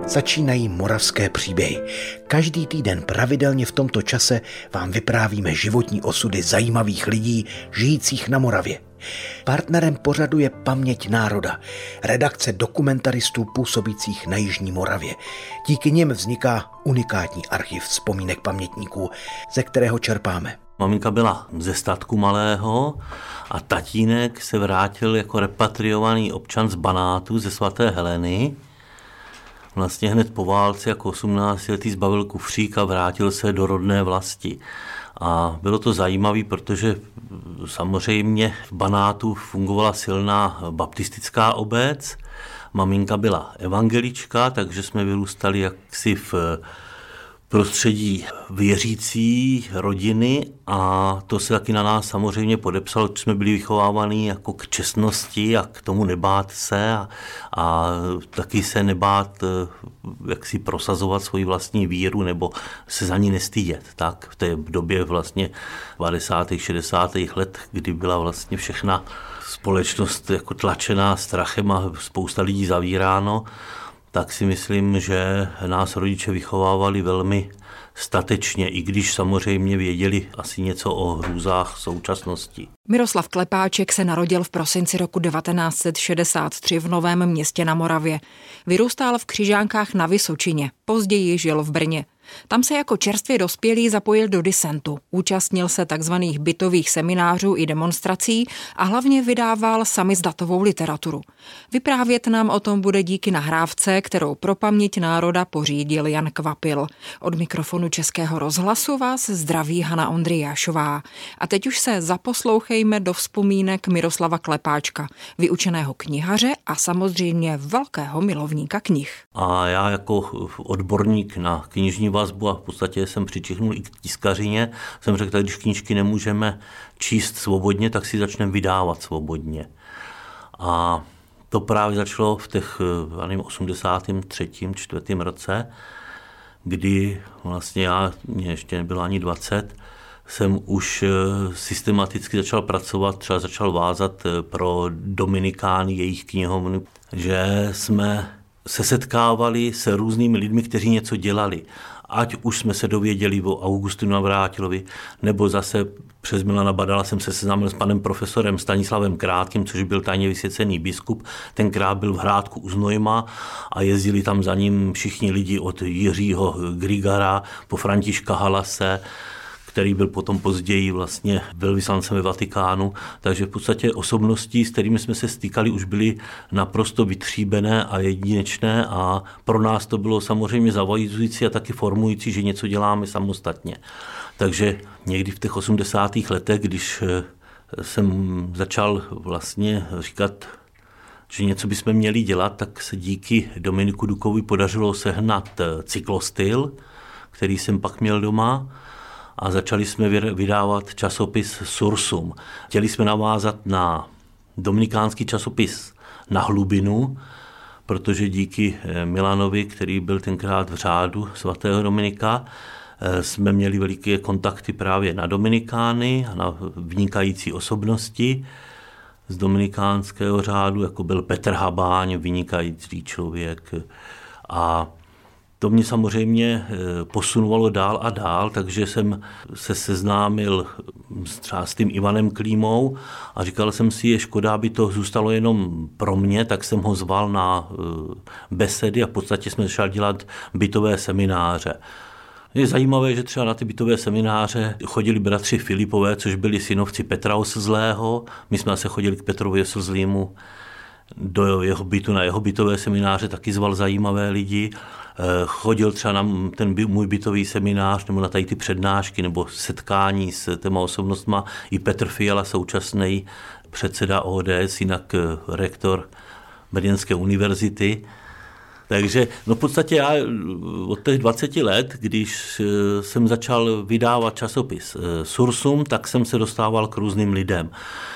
Začínají Moravské příběhy. Každý týden pravidelně v tomto čase vám vyprávíme životní osudy zajímavých lidí žijících na Moravě. Partnerem pořadu je Paměť národa, redakce dokumentaristů působících na jižní Moravě. Díky nim vzniká unikátní archiv vzpomínek pamětníků, ze kterého čerpáme. Maminka byla ze statku malého a tatínek se vrátil jako repatriovaný občan z Banátu, ze svaté Heleny. Vlastně hned po válce jako 18letý zbavil kufřík a vrátil se do rodné vlasti. A bylo to zajímavé, protože samozřejmě v Banátu fungovala silná baptistická obec. Maminka byla evangelička, takže jsme vyrůstali jaksi v prostředí věřící rodiny a to se taky na nás samozřejmě podepsalo, že jsme byli vychovávaní jako k čestnosti a k tomu nebát se a taky se nebát jak si prosazovat svoji vlastní víru nebo se za ní nestydět. Tak v té době vlastně 50. 60. let, kdy byla vlastně všechna společnost jako tlačená strachem a spousta lidí zavíráno, tak si myslím, že nás rodiče vychovávali velmi statečně, i když samozřejmě věděli asi něco o hrůzách současnosti. Miroslav Klepáček se narodil v prosinci roku 1963 v Novém Městě na Moravě. Vyrůstal v Křižánkách na Vysočině, později žil v Brně. Tam se jako čerstvě dospělý zapojil do disentu, účastnil se takzvaných bytových seminářů i demonstrací a hlavně vydával samizdatovou literaturu. Vyprávět nám o tom bude díky nahrávce, kterou pro Paměť národa pořídil Jan Kvapil. Od mikrofonu Českého rozhlasu vás zdraví Hana Ondryjášová. A teď už se zaposlouchejme do vzpomínek Miroslava Klepáčka, vyučeného knihaře a samozřejmě velkého milovníka knih. A já jako odborník na knižní vazbu a v podstatě jsem přičichnul i k tiskařině. Jsem řekl, když knížky nemůžeme číst svobodně, tak si začneme vydávat svobodně. A to právě začalo v těch 83. 4. roce, kdy vlastně mě ještě nebylo ani 20, jsem už systematicky začal pracovat, třeba začal vázat pro dominikány jejich knihovny, že jsme se setkávali se různými lidmi, kteří něco dělali. Ať už jsme se dověděli o Augustinu Navrátilovi, nebo zase přes Milana Badala jsem se seznámil s panem profesorem Stanislavem Krátkým, což byl tajně vysvěcený biskup. Tenkrát byl v Hrádku u Znojma a jezdili tam za ním všichni lidi od Jiřího Grigara po Františka Halase, který byl potom později vlastně velvyslancem ve Vatikánu. Takže v podstatě osobnosti, s kterými jsme se stýkali, už byly naprosto vytříbené a jedinečné a pro nás to bylo samozřejmě zavazující a taky formující, že něco děláme samostatně. Takže někdy v těch 80. letech, když jsem začal vlastně říkat, že něco bychom měli dělat, tak se díky Dominiku Dukovi podařilo sehnat cyklostyl, který jsem pak měl doma, a začali jsme vydávat časopis Sursum. Chtěli jsme navázat na dominikánský časopis Na hlubinu, protože díky Milanovi, který byl tenkrát v řádu svatého Dominika, jsme měli veliké kontakty právě na dominikány a na vynikající osobnosti z dominikánského řádu, jako byl Petr Habáň, vynikající člověk. A to mě samozřejmě posunovalo dál a dál, takže jsem se seznámil třeba s tím Ivanem Klímou a říkal jsem si, je škoda, aby to zůstalo jenom pro mě, tak jsem ho zval na besedy a v podstatě jsme začali dělat bytové semináře. Je zajímavé, že třeba na ty bytové semináře chodili bratři Filipové, což byli synovci Petra Oslzlého. My jsme se chodili k Petrovi Oslzlému do jeho bytu, na jeho bytové semináře, taky zval zajímavé lidi. Chodil třeba na ten můj bytový seminář nebo na tady ty přednášky nebo setkání s těma osobnostma i Petr Fiala, současný předseda ODS, jinak rektor Brněnské univerzity. Takže v podstatě já od těch 20 let, když jsem začal vydávat časopis Sursum, tak jsem se dostával k různým lidem.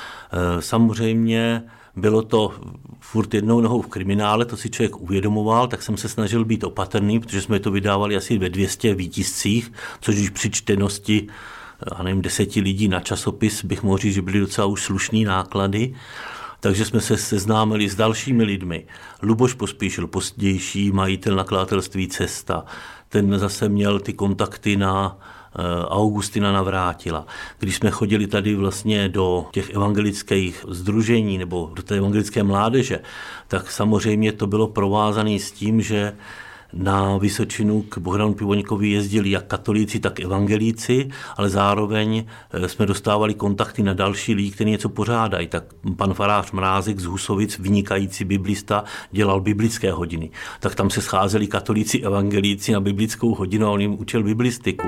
Samozřejmě bylo to furt jednou nohou v kriminále, to si člověk uvědomoval, tak jsem se snažil být opatrný, protože jsme to vydávali asi ve 200 výtiscích, což už při čtenosti 10 lidí na časopis bych mohl říct, že byly docela už slušný náklady. Takže jsme se seznámili s dalšími lidmi. Luboš Pospíšil, pozdější majitel nakladatelství Cesta, ten zase měl ty kontakty na Augustina Navrátila. Když jsme chodili tady vlastně do těch evangelických sdružení nebo do té evangelické mládeže, tak samozřejmě to bylo provázané s tím, že na Vysočinu k Bohdanu Pivoňkovi jezdili jak katolíci, tak evangelíci, ale zároveň jsme dostávali kontakty na další lidi, kteří něco pořádají. Tak pan farář Mrázek z Husovic, vynikající biblista, dělal biblické hodiny. Tak tam se scházeli katolíci, evangelíci na biblickou hodinu a on jim učil biblistiku.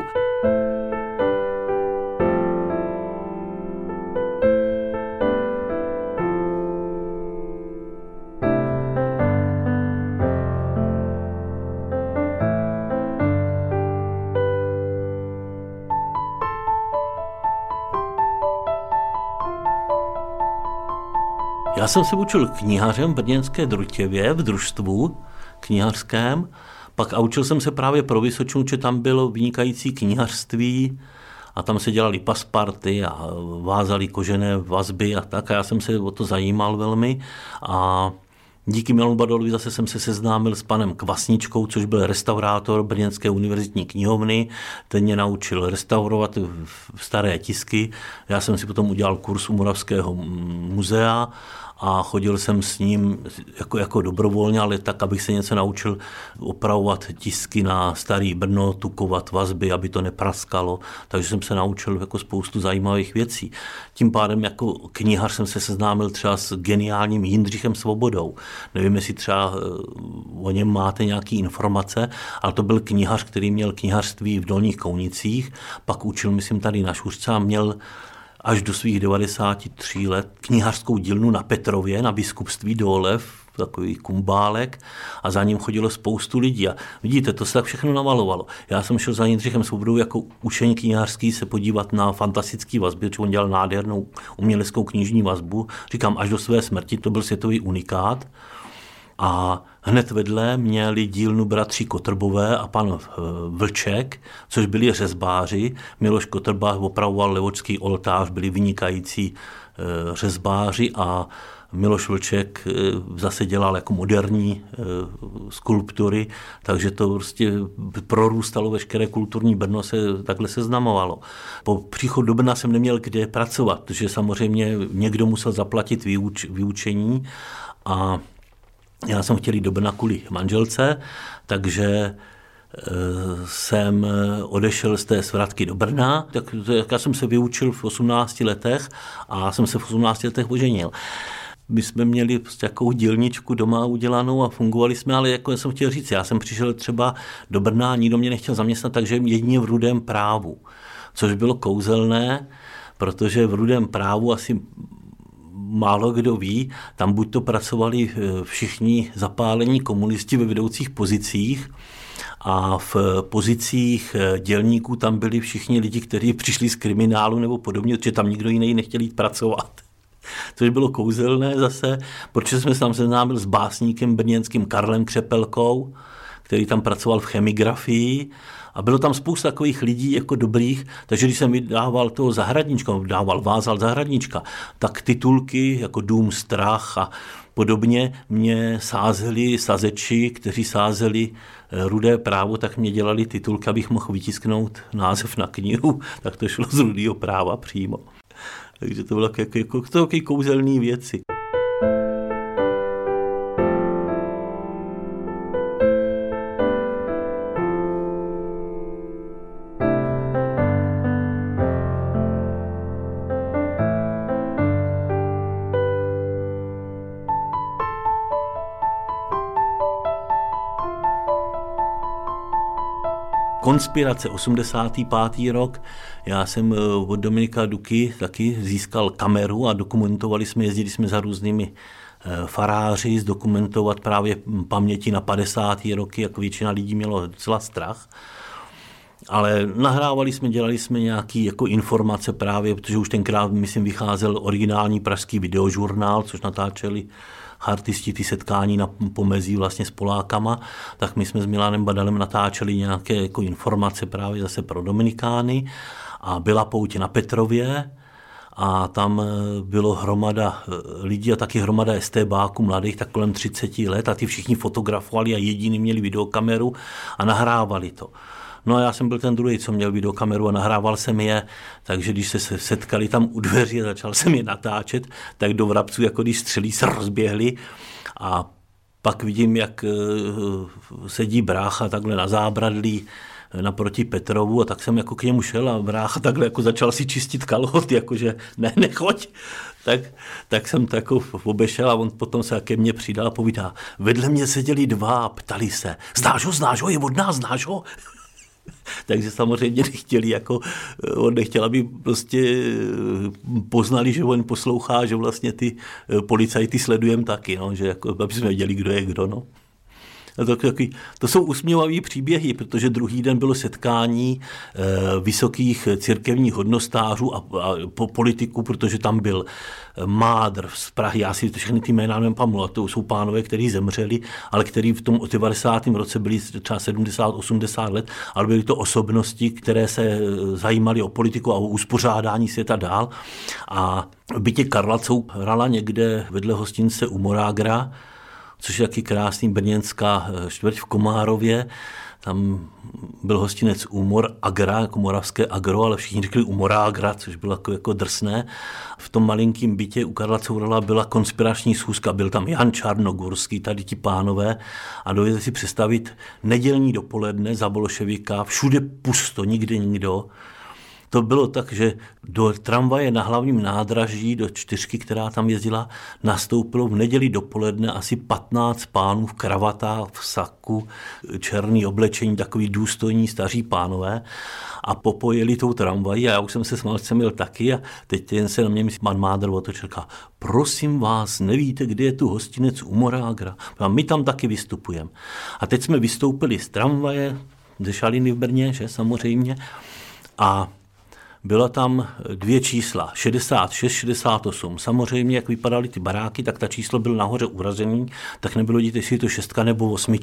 Já jsem se učil knihařem v brněnské Drutěvě v družstvu knihařském, pak a učil jsem se právě pro Vysočinu, že tam bylo vynikající knihařství a tam se dělali pasparty a vázali kožené vazby a tak a já jsem se o to zajímal velmi a díky Milanu Badalovi zase jsem se seznámil s panem Kvasničkou, což byl restaurátor Brněnské univerzitní knihovny. Ten mě naučil restaurovat staré tisky. Já jsem si potom udělal kurz u Moravského muzea a chodil jsem s ním jako dobrovolně, ale tak, abych se něco naučil opravovat tisky na starý Brno, tukovat vazby, aby to nepraskalo. Takže jsem se naučil jako spoustu zajímavých věcí. Tím pádem jako knihař jsem se seznámil třeba s geniálním Jindřichem Svobodou. Nevím, jestli třeba o něm máte nějaké informace, ale to byl knihař, který měl knihařství v Dolních Kounicích, pak učil, myslím, tady na Šuřce a měl až do svých 93 let knihařskou dílnu na Petrově, na biskupství Dolev, takový kumbálek a za ním chodilo spoustu lidí. A vidíte, to se tak všechno namalovalo. Já jsem šel za Jindřichem Svobodou jako učeň knihařský se podívat na fantastický vazby, protože on dělal nádhernou uměleckou knižní vazbu. Říkám, až do své smrti, to byl světový unikát. A hned vedle měli dílnu bratři Kotrbové a pan Vlček, což byli řezbáři. Miloš Kotrba opravoval levočský oltář, byli vynikající řezbáři a Miloš Vlček zase dělal jako moderní skulptury, takže to prostě prorůstalo veškeré kulturní Brno, se takhle seznamovalo. Po příchodu do Brna jsem neměl kde pracovat, protože samozřejmě někdo musel zaplatit vyučení a já jsem chtěl jít do Brna kvůli manželce, takže jsem odešel z té svratky do Brna, tak já jsem se vyučil v 18 letech a jsem se v 18 letech oženil. My jsme měli prostě takovou dílničku doma udělanou a fungovali jsme, ale jako jsem chtěl říct, já jsem přišel třeba do Brna a nikdo mě nechtěl zaměstnat, takže jedině v Rudém právu, což bylo kouzelné, protože v Rudém právu asi málo kdo ví, tam buď to pracovali všichni zapálení komunisti ve vedoucích pozicích a v pozicích dělníků tam byli všichni lidi, kteří přišli z kriminálu nebo podobně, protože tam nikdo jiný nechtěl jít pracovat. Což bylo kouzelné zase, protože jsme se tam seznámili s básníkem brněnským Karlem Křepelkou, který tam pracoval v chemigrafii a bylo tam spousta takových lidí jako dobrých, takže když jsem vydával toho Zahradníčka, vázal Zahradníčka, tak titulky jako Dům, strach a podobně mě sázeli sazeči, kteří sázeli Rudé právo, tak mě dělali titulky, abych mohl vytisknout název na knihu, tak to šlo z Rudého práva přímo. Takže to bylo jako takové kouzelné věci. Konspirace, 85. rok. Já jsem od Dominika Duky taky získal kameru a dokumentovali jsme, jezdili jsme za různými faráři, zdokumentovat právě paměti na 50. roky, jak většina lidí mělo docela strach. Ale nahrávali jsme, dělali jsme nějaké jako informace právě, protože už tenkrát, myslím, vycházel originální pražský videožurnál, což natáčeli artisti, ty setkání na pomezí vlastně s Polákama, tak my jsme s Milanem Badalem natáčeli nějaké jako informace právě zase pro Dominikány a byla pouť na Petrově a tam bylo hromada lidí a taky hromada estébáků mladých, tak kolem 30 let a ty všichni fotografovali a jediný měli videokameru a nahrávali to. No a já jsem byl ten druhý, co měl videokameru a nahrával jsem je, takže když se setkali tam u dveří a začal jsem je natáčet, tak do vrabců, jako když střelí, se rozběhli a pak vidím, jak sedí brácha takhle na zábradlí naproti Petrovu a tak jsem jako k němu šel a brácha takhle jako začal si čistit kalhoty, jakože nechoď. Tak jsem to jako obešel a on potom se ke mně přidal a povídá, vedle mě seděli dva a ptali se, znáš ho, je od nás, znáš ho? Takže samozřejmě on nechtěl, aby prostě poznali, že on poslouchá, že vlastně ty policajty sledujeme taky, no, že jako, aby jsme věděli, kdo je kdo. No. To jsou usměvavé příběhy, protože druhý den bylo setkání vysokých církevních hodnostářů a politiků, protože tam byl Mádr z Prahy, já si všechny ty jména nepamatuju, to jsou pánové, kteří zemřeli, ale kteří v tom 90. roce byli třeba 70-80 let, ale byly to osobnosti, které se zajímaly o politiku a o uspořádání světa dál. A v bytě Karlacou hrala někde vedle hostince u Morágra, což je taky krásný brněnská čtvrť v Komárově. Tam byl hostinec Umor Agra, jako moravské agro, ale všichni řekli Umorágra, což bylo jako drsné. V tom malinkém bytě u Karla Courala byla konspirační schůzka, byl tam Jan Čarnogorský, tady ti pánové a dovedete si představit nedělní dopoledne za bolševika, všude pusto, nikde nikdo. To bylo tak, že do tramvaje na hlavním nádraží, do 4, která tam jezdila, nastoupilo v neděli dopoledne asi 15 pánů v kravatách, v saku, černý oblečení, takový důstojní staří pánové a popojeli tou tramvají a já už jsem se smál, jsem měl taky a teď jen se na mě pan Mádr otočil, prosím vás, nevíte, kde je tu hostinec u Morágra? A my tam taky vystupujeme. A teď jsme vystoupili z tramvaje, ze Šaliny v Brně, že samozřejmě, a byla tam 2 čísla, 66, 68. Samozřejmě, jak vypadaly ty baráky, tak ta číslo bylo nahoře urazený, tak nebylo vidět, jestli je to 6 nebo 8.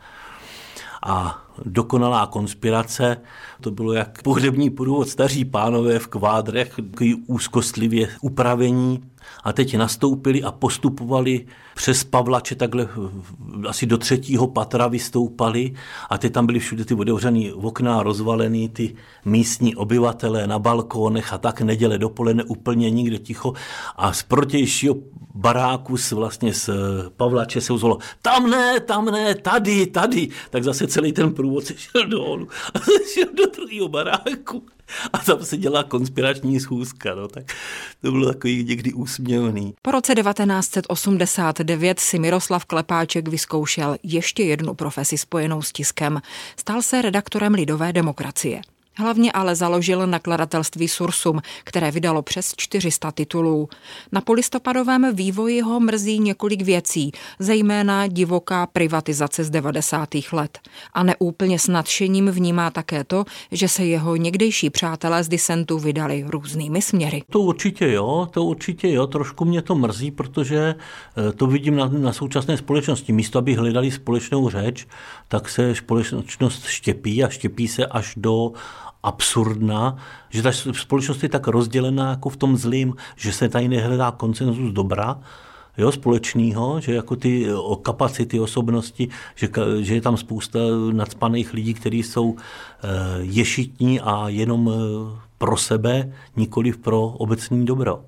A dokonalá konspirace, to bylo jak pohřební průvod, staří pánové v kvádrech, takový úzkostlivě upravení a teď nastoupili a postupovali přes Pavlače, takhle asi do 3. patra vystoupali a teď tam byly všude ty otevřený okna, rozvalený ty místní obyvatelé na balkónech a tak neděle dopoledne úplně nikde ticho a z protějšího baráku vlastně z Pavlače se ozvalo tam ne, tady, tak zase celý ten průvod se šel dolů a se šel do druhého baráku a tam se dělá konspirační schůzka, no, tak to bylo takový někdy úsměvný. Po roce 1989 si Miroslav Klepáček vyzkoušel ještě jednu profesi spojenou s tiskem. Stal se redaktorem Lidové demokracie. Hlavně ale založil nakladatelství Sursum, které vydalo přes 400 titulů. Na polistopadovém vývoji ho mrzí několik věcí, zejména divoká privatizace z 90. let. A neúplně s nadšením vnímá také to, že se jeho někdejší přátelé z disentu vydali různými směry. To určitě jo, trošku mě to mrzí, protože to vidím na současné společnosti. Místo, aby hledali společnou řeč, tak se společnost štěpí a štěpí se až do absurdna, že ta společnost je tak rozdělená jako v tom zlým, že se tady nehledá konsenzus dobra, jo, společného, že jako ty kapacity osobnosti, že je tam spousta nacpaných lidí, kteří jsou ješitní a jenom pro sebe, nikoliv pro obecní dobro.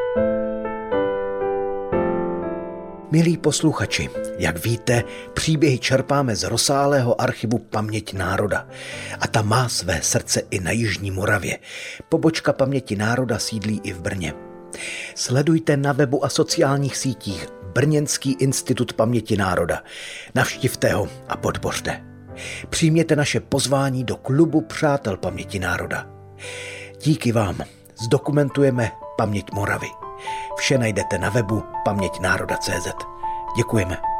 Milí posluchači, jak víte, příběhy čerpáme z rozsáhlého archivu Paměť národa. A ta má své srdce i na Jižní Moravě. Pobočka Paměti národa sídlí i v Brně. Sledujte na webu a sociálních sítích Brněnský institut Paměti národa. Navštivte ho a podpořte. Přijměte naše pozvání do klubu Přátel Paměti národa. Díky vám zdokumentujeme paměť Moravy. Vše najdete na webu paměťnároda.cz. Děkujeme.